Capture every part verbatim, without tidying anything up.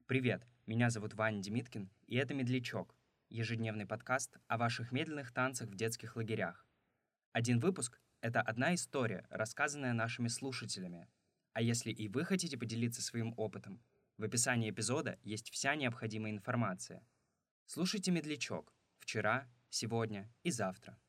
Привет, меня зовут Ваня Демиткин, и это «Медлячок» — ежедневный подкаст о ваших медленных танцах в детских лагерях. Один выпуск — это одна история, рассказанная нашими слушателями. А если и вы хотите поделиться своим опытом, в описании эпизода есть вся необходимая информация. Слушайте «Медлячок» вчера, сегодня и завтра.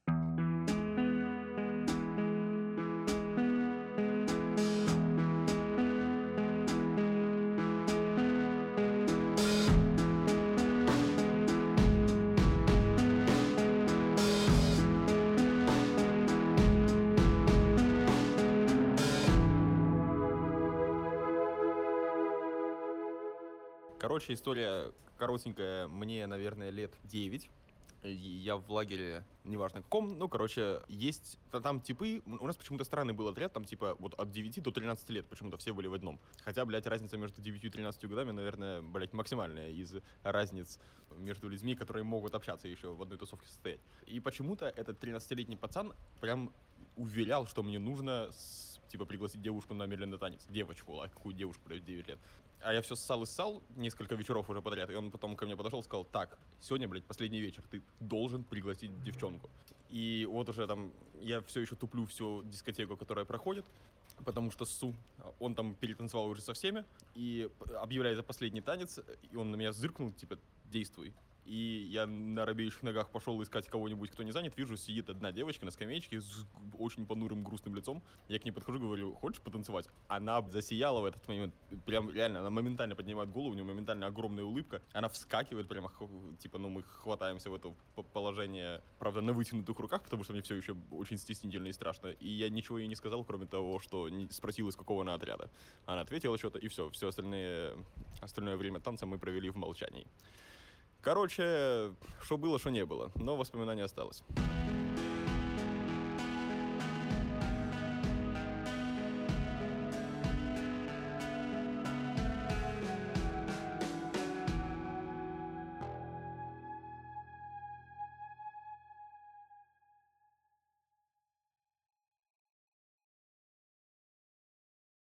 Короче, история коротенькая, мне, наверное, лет девять. И Я в лагере, неважно каком, ну, короче, есть там типы, у нас почему-то странный был отряд, там типа вот от девяти до тринадцати лет почему-то все были в одном. Хотя, блядь, разница между девятью и тринадцатью годами, наверное, блядь, максимальная из разниц между людьми, которые могут общаться еще в одной тусовке состоять. И почему-то этот тринадцатилетний пацан прям уверял, что мне нужно с- типа пригласить девушку на медленный танец. Девочку, а какую девушку, блядь, в девять лет. А я все ссал и ссал несколько вечеров уже подряд, и он потом ко мне подошел и сказал: так, сегодня, блядь, последний вечер, ты должен пригласить девчонку. И вот уже там я все еще туплю всю дискотеку, которая проходит, потому что ссу. Он там перетанцевал уже со всеми, и объявляет за последний танец, и он на меня зыркнул, типа, действуй. И я на робеющих ногах пошел искать кого-нибудь, кто не занят. Вижу, сидит одна девочка на скамеечке с очень понурым, грустным лицом. Я к ней подхожу, говорю: хочешь потанцевать? Она засияла в этот момент. Прям реально, она моментально поднимает голову, у нее моментально огромная улыбка. Она вскакивает прямо, типа, ну, мы хватаемся в это положение, правда, на вытянутых руках, потому что мне все еще очень стеснительно и страшно. И я ничего ей не сказал, кроме того, что не спросил, из какого она отряда. Она ответила что-то, и все. Все остальное, остальное время танца мы провели в молчании. Короче, что было, что не было, но воспоминание осталось.